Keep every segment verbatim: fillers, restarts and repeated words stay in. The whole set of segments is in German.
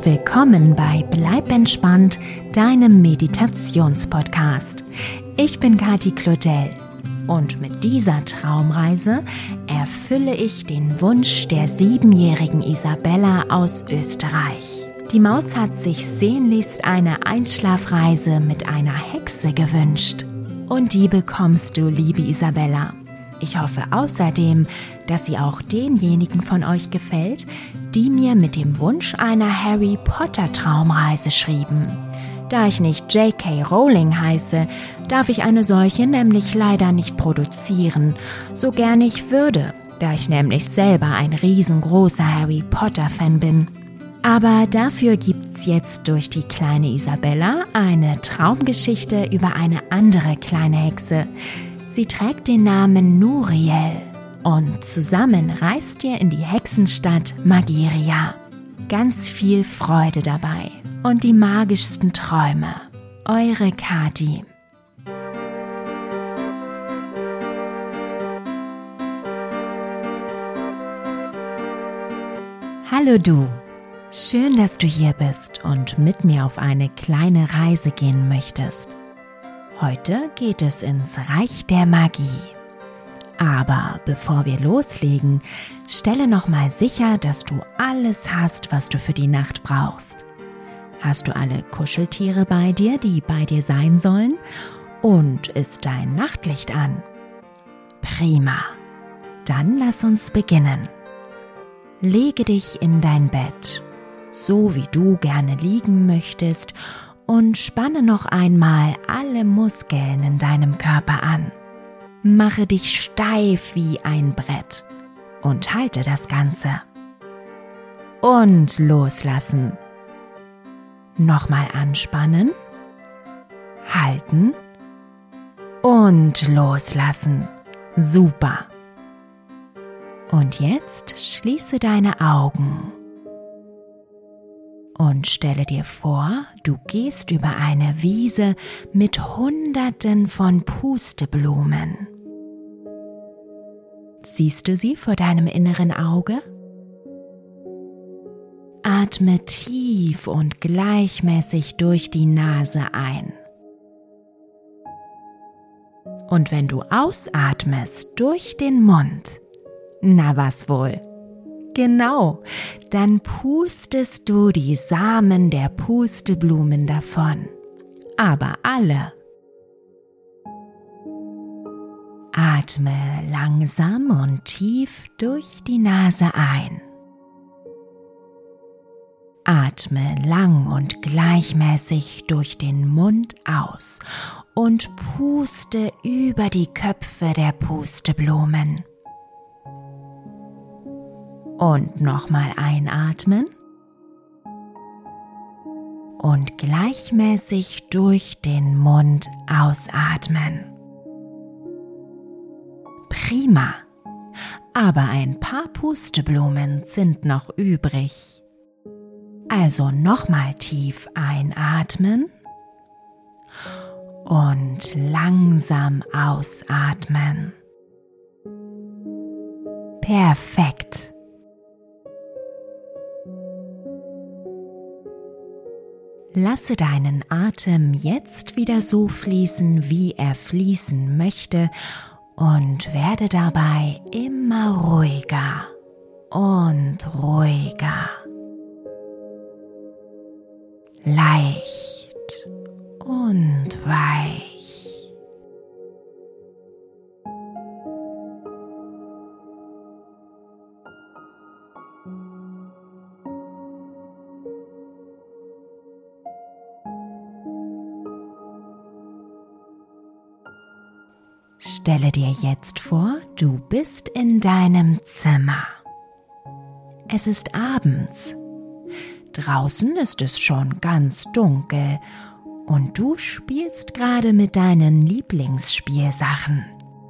willkommen bei Bleib entspannt, deinem Meditationspodcast. Ich bin Kathi Claudel und mit dieser Traumreise erfülle ich den Wunsch der siebenjährigen Isabella aus Österreich. Die Maus hat sich sehnlichst eine Einschlafreise mit einer Hexe gewünscht. Und die bekommst du, liebe Isabella. Ich hoffe außerdem, dass sie auch denjenigen von euch gefällt, die mir mit dem Wunsch einer Harry Potter Traumreise schrieben. Da ich nicht J K Rowling heiße, darf ich eine solche nämlich leider nicht produzieren, so gern ich würde, da ich nämlich selber ein riesengroßer Harry Potter Fan bin. Aber dafür gibt's jetzt durch die kleine Isabella eine Traumgeschichte über eine andere kleine Hexe. Sie trägt den Namen Nuriel und zusammen reist ihr in die Hexenstadt Magiria. Ganz viel Freude dabei und die magischsten Träume. Eure Kathi. Hallo du, schön, dass du hier bist und mit mir auf eine kleine Reise gehen möchtest. Heute geht es ins Reich der Magie. Aber bevor wir loslegen, stelle nochmal sicher, dass du alles hast, was du für die Nacht brauchst. Hast du alle Kuscheltiere bei dir, die bei dir sein sollen? Und ist dein Nachtlicht an? Prima. Dann lass uns beginnen. Lege dich in dein Bett, so wie du gerne liegen möchtest, und spanne noch einmal alle Muskeln in deinem Körper an. Mache dich steif wie ein Brett und halte das Ganze. Und loslassen. Nochmal anspannen, halten und loslassen. Super. Und jetzt schließe deine Augen. Und stelle dir vor, du gehst über eine Wiese mit Hunderten von Pusteblumen. Siehst du sie vor deinem inneren Auge? Atme tief und gleichmäßig durch die Nase ein. Und wenn du ausatmest durch den Mund, na was wohl? Genau, dann pustest du die Samen der Pusteblumen davon. Aber alle. Atme langsam und tief durch die Nase ein. Atme lang und gleichmäßig durch den Mund aus und puste über die Köpfe der Pusteblumen. Und nochmal einatmen und gleichmäßig durch den Mund ausatmen. Prima, aber ein paar Pusteblumen sind noch übrig. Also nochmal tief einatmen und langsam ausatmen. Perfekt. Lasse deinen Atem jetzt wieder so fließen, wie er fließen möchte, und werde dabei immer ruhiger und ruhiger. Leicht und weich. Stelle dir jetzt vor, du bist in deinem Zimmer. Es ist abends. Draußen ist es schon ganz dunkel und du spielst gerade mit deinen Lieblingsspielsachen.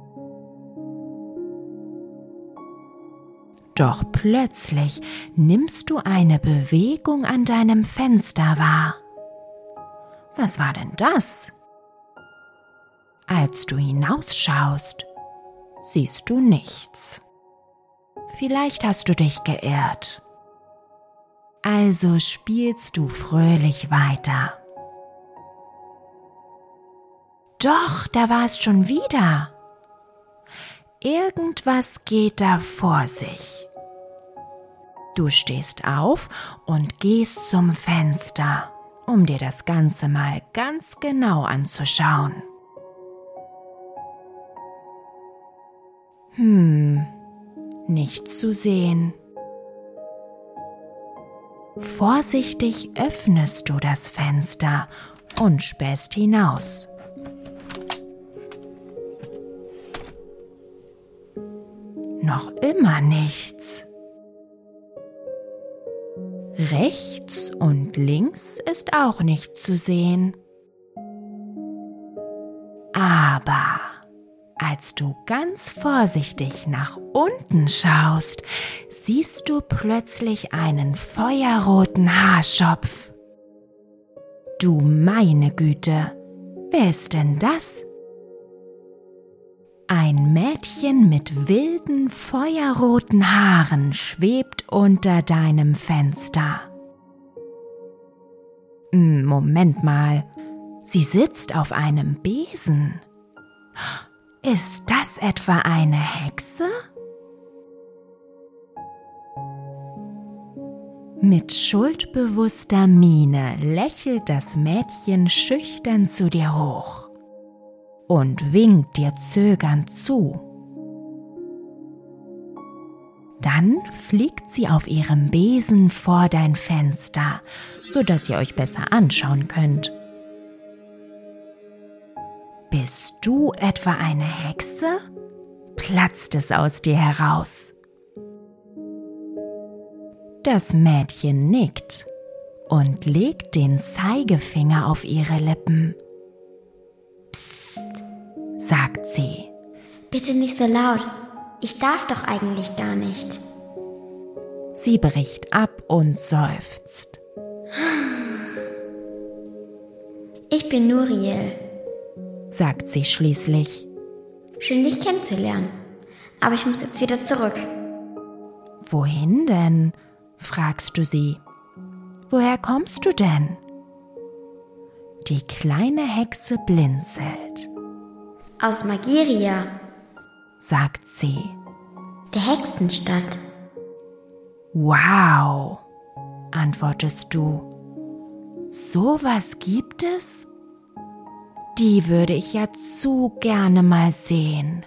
Doch plötzlich nimmst du eine Bewegung an deinem Fenster wahr. Was war denn das? Als du hinausschaust, siehst du nichts. Vielleicht hast du dich geirrt. Also spielst du fröhlich weiter. Doch, da war es schon wieder. Irgendwas geht da vor sich. Du stehst auf und gehst zum Fenster, um dir das Ganze mal ganz genau anzuschauen. Hm, nichts zu sehen. Vorsichtig öffnest du das Fenster und spähst hinaus. Noch immer nichts. Rechts und links ist auch nichts zu sehen. Aber als du ganz vorsichtig nach unten schaust, siehst du plötzlich einen feuerroten Haarschopf. Du meine Güte, wer ist denn das? Ein Mädchen mit wilden, feuerroten Haaren schwebt unter deinem Fenster. Moment mal, sie sitzt auf einem Besen. Ist das etwa eine Hexe? Mit schuldbewusster Miene lächelt das Mädchen schüchtern zu dir hoch und winkt dir zögernd zu. Dann fliegt sie auf ihrem Besen vor dein Fenster, sodass ihr euch besser anschauen könnt. Bist du etwa eine Hexe? Platzt es aus dir heraus. Das Mädchen nickt und legt den Zeigefinger auf ihre Lippen. Psst, sagt sie. Bitte nicht so laut. Ich darf doch eigentlich gar nicht. Sie bricht ab und seufzt. Ich bin Nuriel, sagt sie schließlich. Schön, dich kennenzulernen. Aber ich muss jetzt wieder zurück. Wohin denn? Fragst du sie. Woher kommst du denn? Die kleine Hexe blinzelt. Aus Magiria, sagt sie. Der Hexenstadt. Wow, antwortest du. Sowas gibt es? Die würde ich ja zu gerne mal sehen.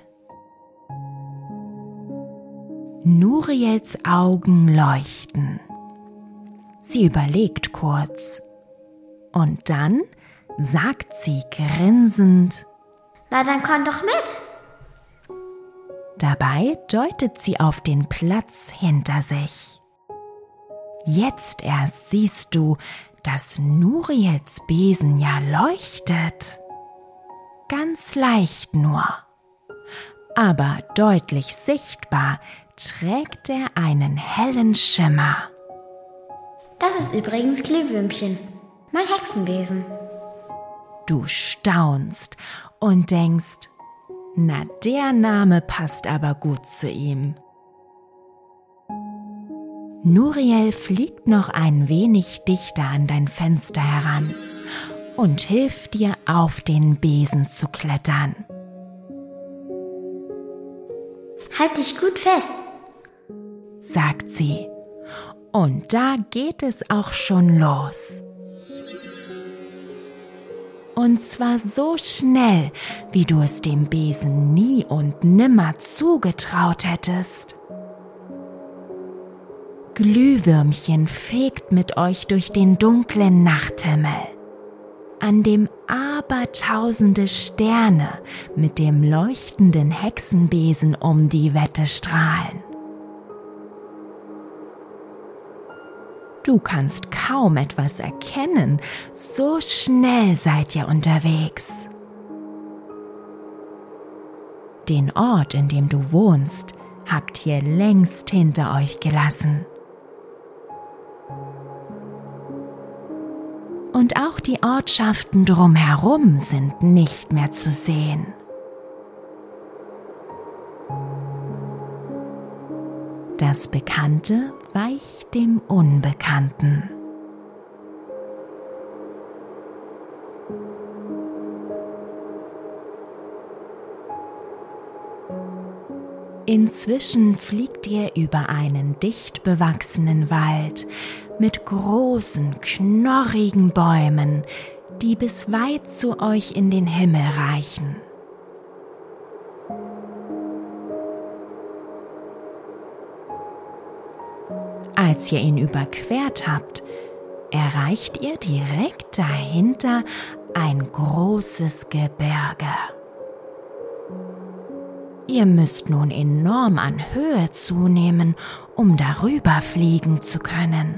Nuriels Augen leuchten. Sie überlegt kurz. Und dann sagt sie grinsend: Na, dann komm doch mit. Dabei deutet sie auf den Platz hinter sich. Jetzt erst siehst du, dass Nuriels Besen ja leuchtet. Ganz leicht nur. Aber deutlich sichtbar trägt er einen hellen Schimmer. Das ist übrigens Glühwürmchen, mein Hexenwesen. Du staunst und denkst, na, der Name passt aber gut zu ihm. Nuriel fliegt noch ein wenig dichter an dein Fenster heran und hilft dir, auf den Besen zu klettern. Halt dich gut fest, sagt sie. Und da geht es auch schon los. Und zwar so schnell, wie du es dem Besen nie und nimmer zugetraut hättest. Glühwürmchen fegt mit euch durch den dunklen Nachthimmel, an dem abertausende Sterne mit dem leuchtenden Hexenbesen um die Wette strahlen. Du kannst kaum etwas erkennen, so schnell seid ihr unterwegs. Den Ort, in dem du wohnst, habt ihr längst hinter euch gelassen. Und auch die Ortschaften drumherum sind nicht mehr zu sehen. Das Bekannte weicht dem Unbekannten. Inzwischen fliegt ihr über einen dicht bewachsenen Wald mit großen, knorrigen Bäumen, die bis weit zu euch in den Himmel reichen. Als ihr ihn überquert habt, erreicht ihr direkt dahinter ein großes Gebirge. Ihr müsst nun enorm an Höhe zunehmen, um darüber fliegen zu können.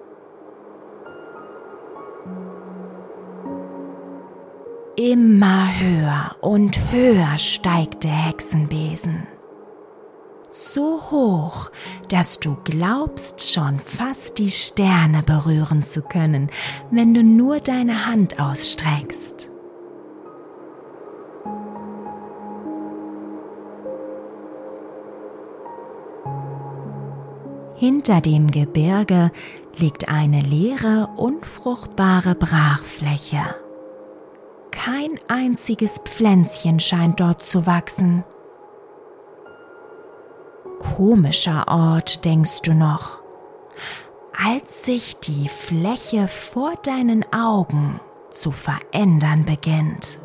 Immer höher und höher steigt der Hexenbesen. So hoch, dass du glaubst, schon fast die Sterne berühren zu können, wenn du nur deine Hand ausstreckst. Hinter dem Gebirge liegt eine leere, unfruchtbare Brachfläche. Kein einziges Pflänzchen scheint dort zu wachsen. Komischer Ort, denkst du noch, als sich die Fläche vor deinen Augen zu verändern beginnt.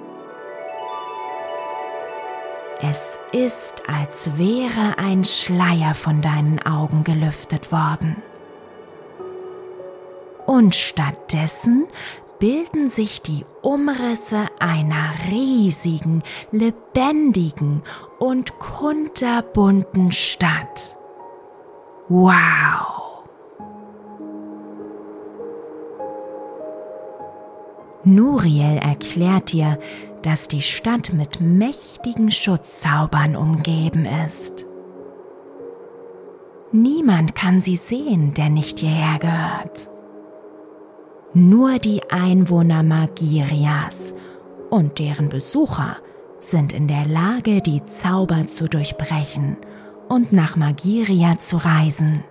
Es ist, als wäre ein Schleier von deinen Augen gelüftet worden. Und stattdessen bilden sich die Umrisse einer riesigen, lebendigen und kunterbunten Stadt. Wow! Nuriel erklärt dir, dass die Stadt mit mächtigen Schutzzaubern umgeben ist. Niemand kann sie sehen, der nicht hierher gehört. Nur die Einwohner Magirias und deren Besucher sind in der Lage, die Zauber zu durchbrechen und nach Magiria zu reisen.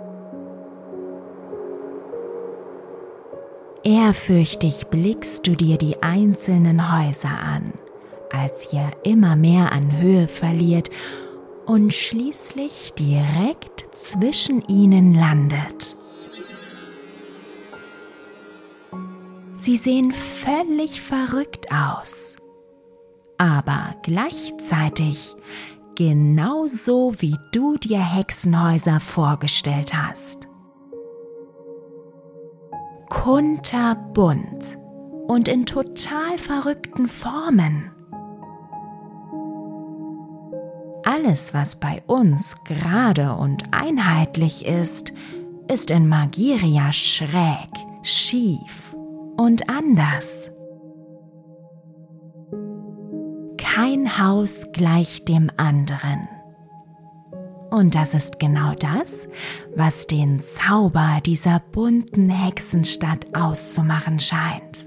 Ehrfürchtig blickst du dir die einzelnen Häuser an, als ihr immer mehr an Höhe verliert und schließlich direkt zwischen ihnen landet. Sie sehen völlig verrückt aus, aber gleichzeitig genauso, wie du dir Hexenhäuser vorgestellt hast. Kunterbunt und in total verrückten Formen. Alles, was bei uns gerade und einheitlich ist, ist in Magiria schräg, schief und anders. Kein Haus gleicht dem anderen. Und das ist genau das, was den Zauber dieser bunten Hexenstadt auszumachen scheint.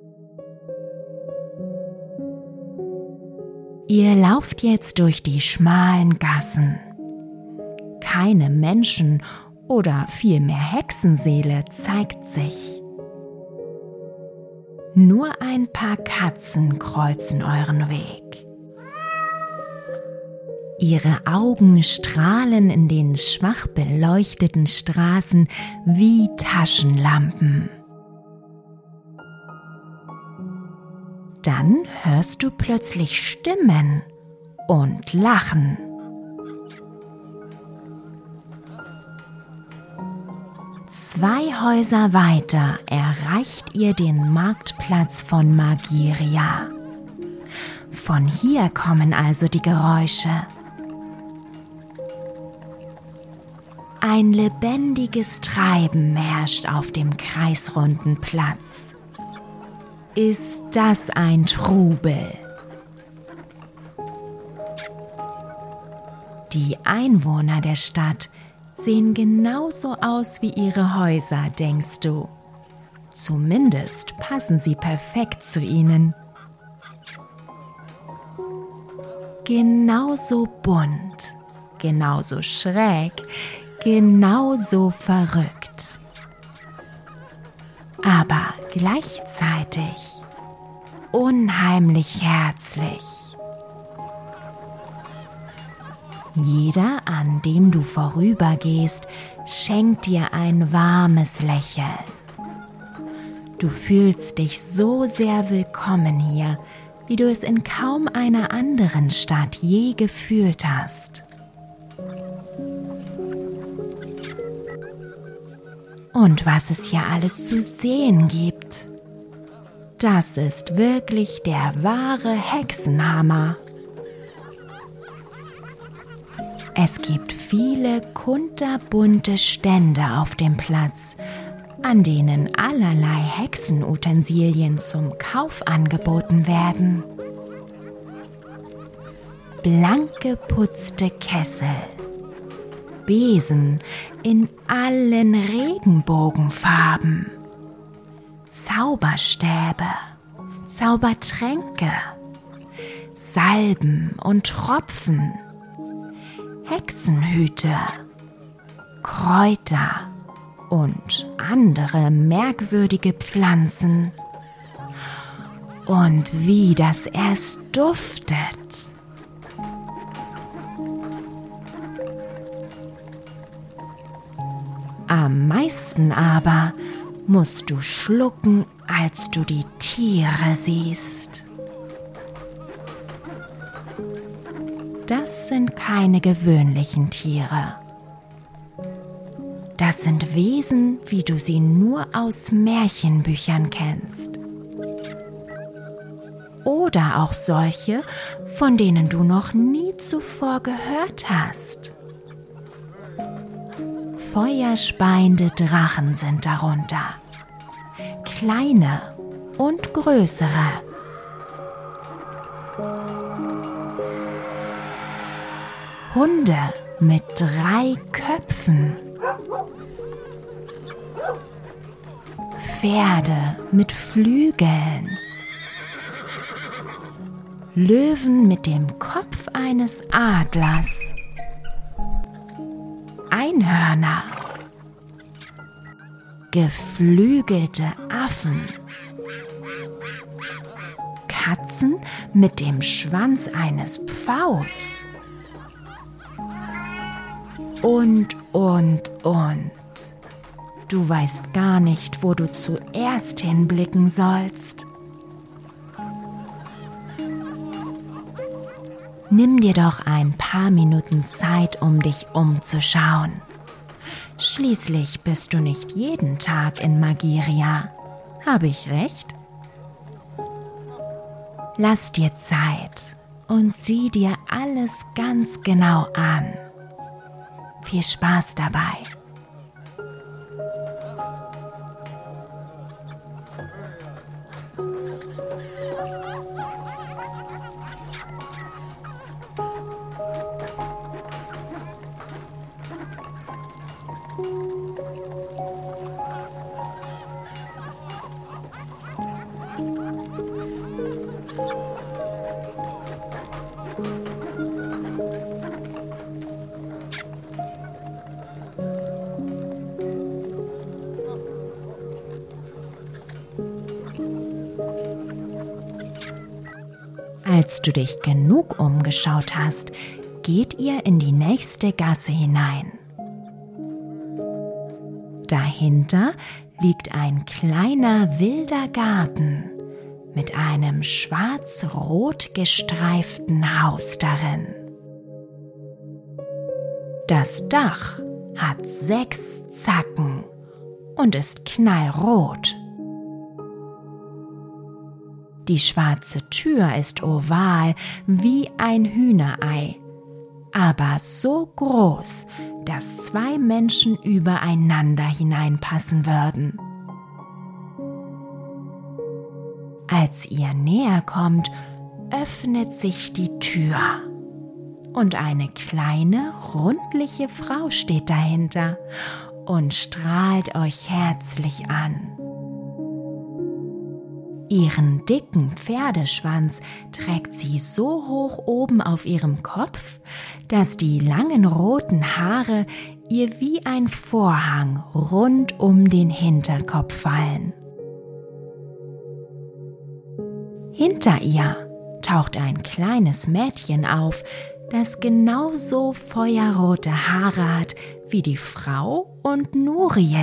Ihr lauft jetzt durch die schmalen Gassen. Keine Menschen- oder vielmehr Hexenseele zeigt sich. Nur ein paar Katzen kreuzen euren Weg. Ihre Augen strahlen in den schwach beleuchteten Straßen wie Taschenlampen. Dann hörst du plötzlich Stimmen und Lachen. Zwei Häuser weiter erreicht ihr den Marktplatz von Magiria. Von hier kommen also die Geräusche. Ein lebendiges Treiben herrscht auf dem kreisrunden Platz. Ist das ein Trubel? Die Einwohner der Stadt sehen genauso aus wie ihre Häuser, denkst du. Zumindest passen sie perfekt zu ihnen. Genauso bunt, genauso schräg, genauso verrückt. Aber gleichzeitig unheimlich herzlich. Jeder, an dem du vorübergehst, schenkt dir ein warmes Lächeln. Du fühlst dich so sehr willkommen hier, wie du es in kaum einer anderen Stadt je gefühlt hast. Und was es hier alles zu sehen gibt, das ist wirklich der wahre Hexenhammer. Es gibt viele kunterbunte Stände auf dem Platz, an denen allerlei Hexenutensilien zum Kauf angeboten werden. Blank geputzte Kessel, Besen in allen Regenbogenfarben, Zauberstäbe, Zaubertränke, Salben und Tropfen, Hexenhüte, Kräuter und andere merkwürdige Pflanzen. Und wie das erst duftet. Am meisten aber musst du schlucken, als du die Tiere siehst. Das sind keine gewöhnlichen Tiere. Das sind Wesen, wie du sie nur aus Märchenbüchern kennst. Oder auch solche, von denen du noch nie zuvor gehört hast. Feuerspeiende Drachen sind darunter. Kleine und größere. Hunde mit drei Köpfen. Pferde mit Flügeln. Löwen mit dem Kopf eines Adlers. Einhörner. Geflügelte Affen. Katzen mit dem Schwanz eines Pfaus. Und, und, und. Du weißt gar nicht, wo du zuerst hinblicken sollst. Nimm dir doch ein paar Minuten Zeit, um dich umzuschauen. Schließlich bist du nicht jeden Tag in Magiria. Habe ich recht? Lass dir Zeit und sieh dir alles ganz genau an. Viel Spaß dabei. Als du dich genug umgeschaut hast, geht ihr in die nächste Gasse hinein. Dahinter liegt ein kleiner wilder Garten mit einem schwarz-rot gestreiften Haus darin. Das Dach hat sechs Zacken und ist knallrot. Die schwarze Tür ist oval wie ein Hühnerei, aber so groß, dass zwei Menschen übereinander hineinpassen würden. Als ihr näher kommt, öffnet sich die Tür und eine kleine, rundliche Frau steht dahinter und strahlt euch herzlich an. Ihren dicken Pferdeschwanz trägt sie so hoch oben auf ihrem Kopf, dass die langen roten Haare ihr wie ein Vorhang rund um den Hinterkopf fallen. Hinter ihr taucht ein kleines Mädchen auf, das genauso feuerrote Haare hat wie die Frau und Nuriel.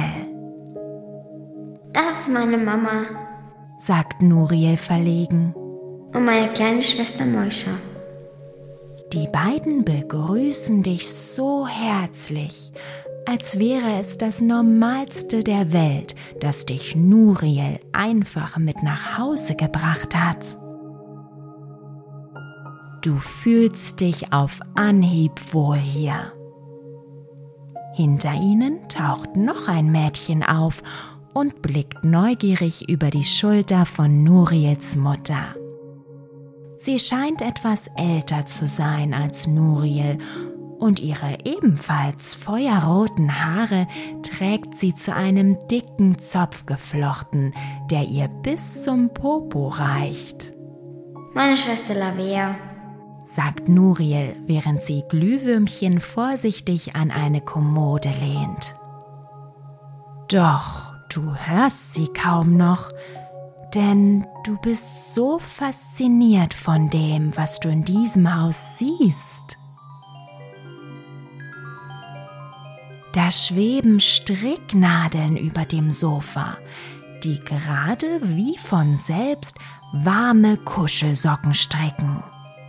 Das ist meine Mama, sagt Nuriel verlegen. Und meine kleine Schwester Moisha. Die beiden begrüßen dich so herzlich, als wäre es das Normalste der Welt, dass dich Nuriel einfach mit nach Hause gebracht hat. Du fühlst dich auf Anhieb wohl hier. Hinter ihnen taucht noch ein Mädchen auf und blickt neugierig über die Schulter von Nuriels Mutter. Sie scheint etwas älter zu sein als Nuriel und ihre ebenfalls feuerroten Haare trägt sie zu einem dicken Zopf geflochten, der ihr bis zum Popo reicht. Meine Schwester Lavea, sagt Nuriel, während sie Glühwürmchen vorsichtig an eine Kommode lehnt. Doch du hörst sie kaum noch, denn du bist so fasziniert von dem, was du in diesem Haus siehst. Da schweben Stricknadeln über dem Sofa, die gerade wie von selbst warme Kuschelsocken stricken.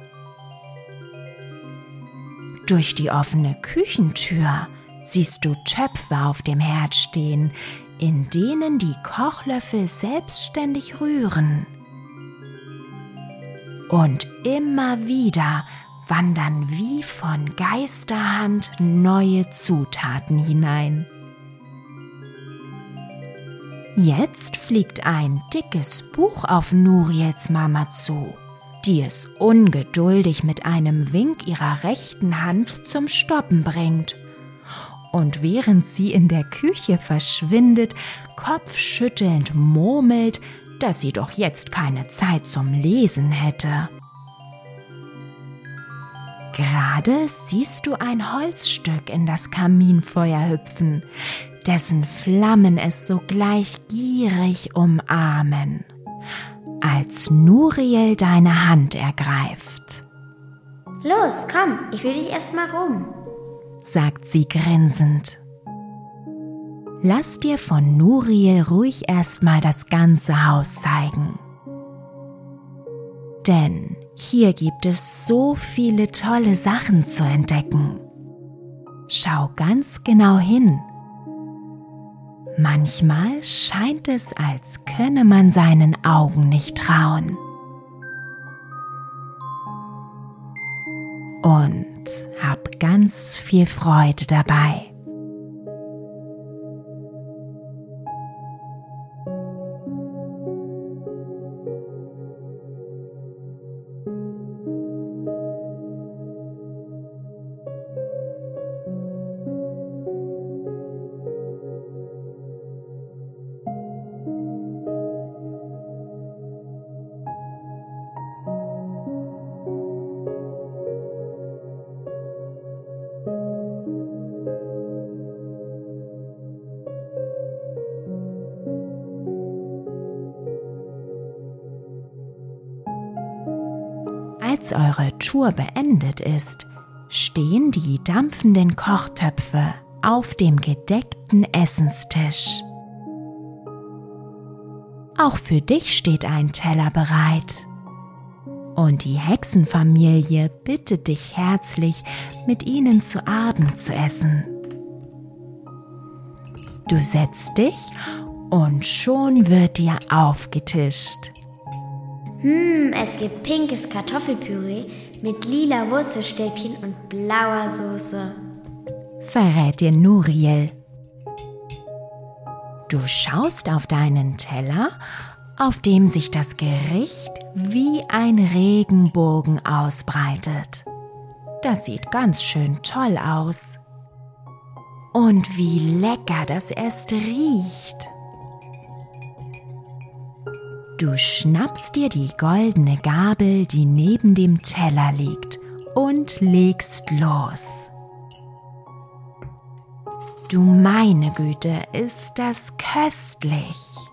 Durch die offene Küchentür siehst du Töpfe auf dem Herd stehen, in denen die Kochlöffel selbstständig rühren. Und immer wieder wandern wie von Geisterhand neue Zutaten hinein. Jetzt fliegt ein dickes Buch auf Nuriels Mama zu, die es ungeduldig mit einem Wink ihrer rechten Hand zum Stoppen bringt. Und während sie in der Küche verschwindet, kopfschüttelnd murmelt, dass sie doch jetzt keine Zeit zum Lesen hätte. Gerade siehst du ein Holzstück in das Kaminfeuer hüpfen, dessen Flammen es sogleich gierig umarmen, als Nuriel deine Hand ergreift. Los, komm, ich will dich erst mal rum, sagt sie grinsend. Lass dir von Nuriel ruhig erstmal das ganze Haus zeigen. Denn hier gibt es so viele tolle Sachen zu entdecken. Schau ganz genau hin. Manchmal scheint es, als könne man seinen Augen nicht trauen. Und hab ganz viel Freude dabei. Als eure Tour beendet ist, stehen die dampfenden Kochtöpfe auf dem gedeckten Essenstisch. Auch für dich steht ein Teller bereit. Und die Hexenfamilie bittet dich herzlich, mit ihnen zu Abend zu essen. Du setzt dich und schon wird dir aufgetischt. Hm, es gibt pinkes Kartoffelpüree mit lila Wurzelstäbchen und blauer Soße, verrät dir Nuriel. Du schaust auf deinen Teller, auf dem sich das Gericht wie ein Regenbogen ausbreitet. Das sieht ganz schön toll aus. Und wie lecker das erst riecht. Du schnappst dir die goldene Gabel, die neben dem Teller liegt, und legst los. Du meine Güte, ist das köstlich!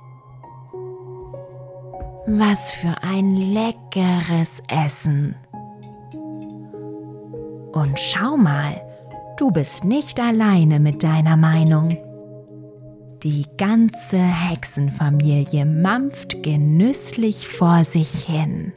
Was für ein leckeres Essen! Und schau mal, du bist nicht alleine mit deiner Meinung. Die ganze Hexenfamilie mampft genüsslich vor sich hin.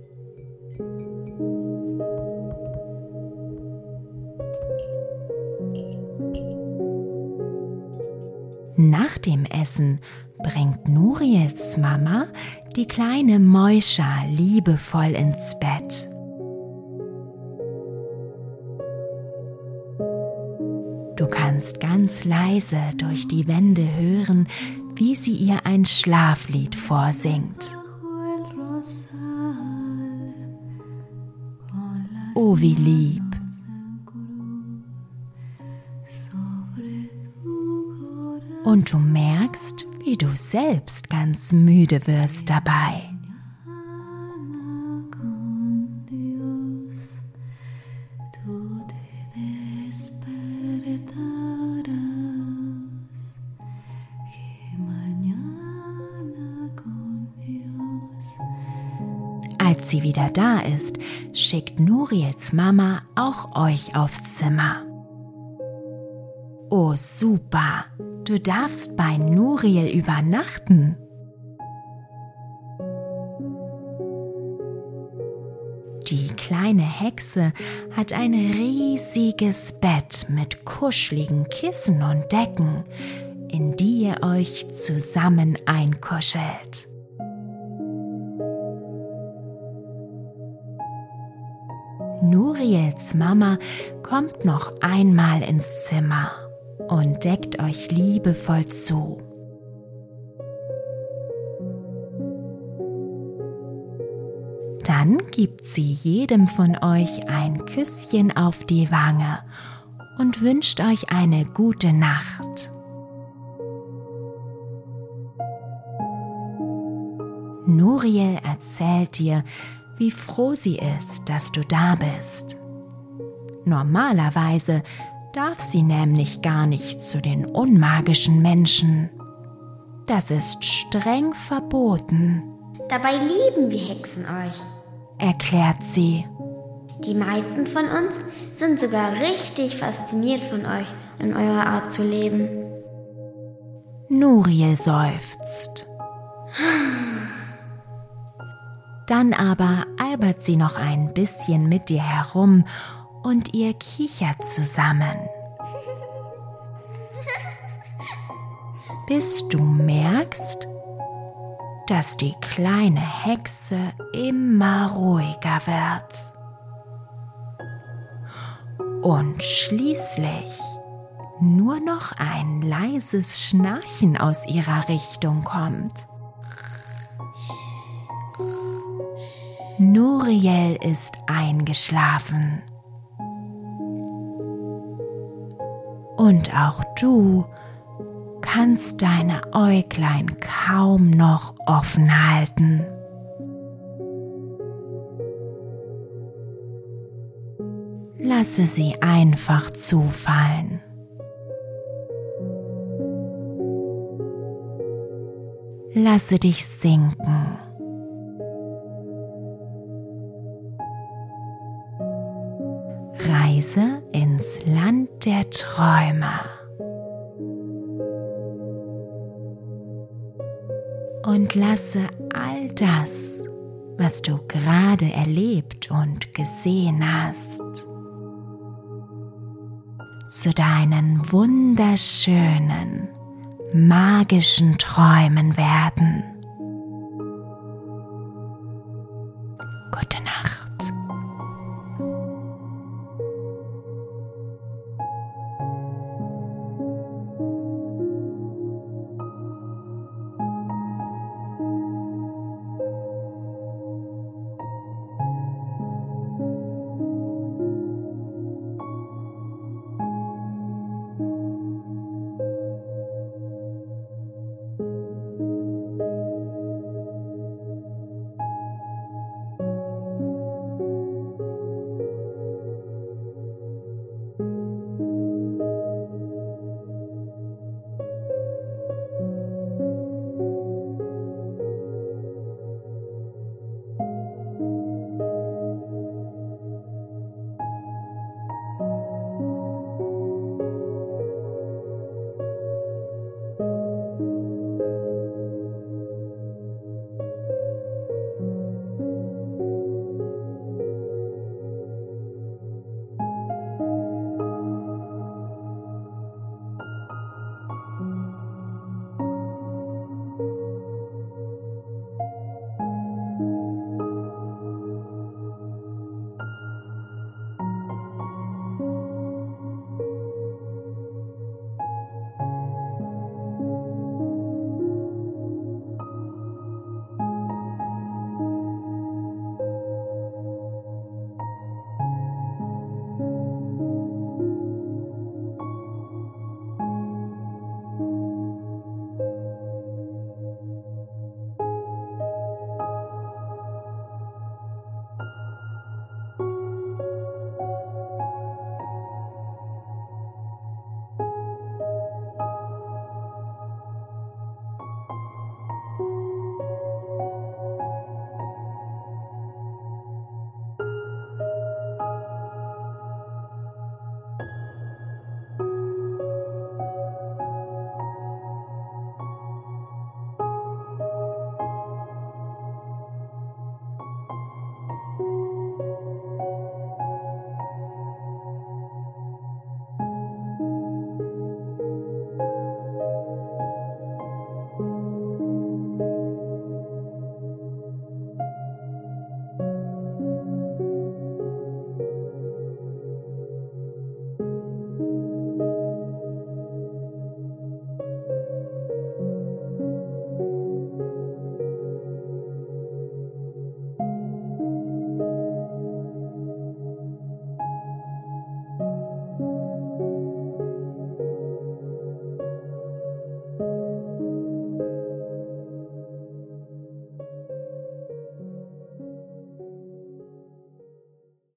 Nach dem Essen bringt Nuriels Mama die kleine Moischa liebevoll ins Bett. Du kannst ganz leise durch die Wände hören, wie sie ihr ein Schlaflied vorsingt. Oh, wie lieb! Und du merkst, wie du selbst ganz müde wirst dabei. Als sie wieder da ist, schickt Nuriels Mama auch euch aufs Zimmer. Oh, super! Du darfst bei Nuriel übernachten. Die kleine Hexe hat ein riesiges Bett mit kuscheligen Kissen und Decken, in die ihr euch zusammen einkuschelt. Nuriels Mama kommt noch einmal ins Zimmer und deckt euch liebevoll zu. Dann gibt sie jedem von euch ein Küsschen auf die Wange und wünscht euch eine gute Nacht. Nuriel erzählt dir, wie froh sie ist, dass du da bist. Normalerweise darf sie nämlich gar nicht zu den unmagischen Menschen. Das ist streng verboten. Dabei lieben wir Hexen euch, erklärt sie. Die meisten von uns sind sogar richtig fasziniert von euch und eurer Art zu leben. Nuriel seufzt. Dann aber albert sie noch ein bisschen mit dir herum und ihr kichert zusammen. Bis du merkst, dass die kleine Hexe immer ruhiger wird. Und schließlich nur noch ein leises Schnarchen aus ihrer Richtung kommt. Nuriel ist eingeschlafen. Und auch du kannst deine Äuglein kaum noch offen halten. Lasse sie einfach zufallen. Lasse dich sinken. Reise ins Land der Träume. Und lasse all das, was du gerade erlebt und gesehen hast, zu deinen wunderschönen, magischen Träumen werden.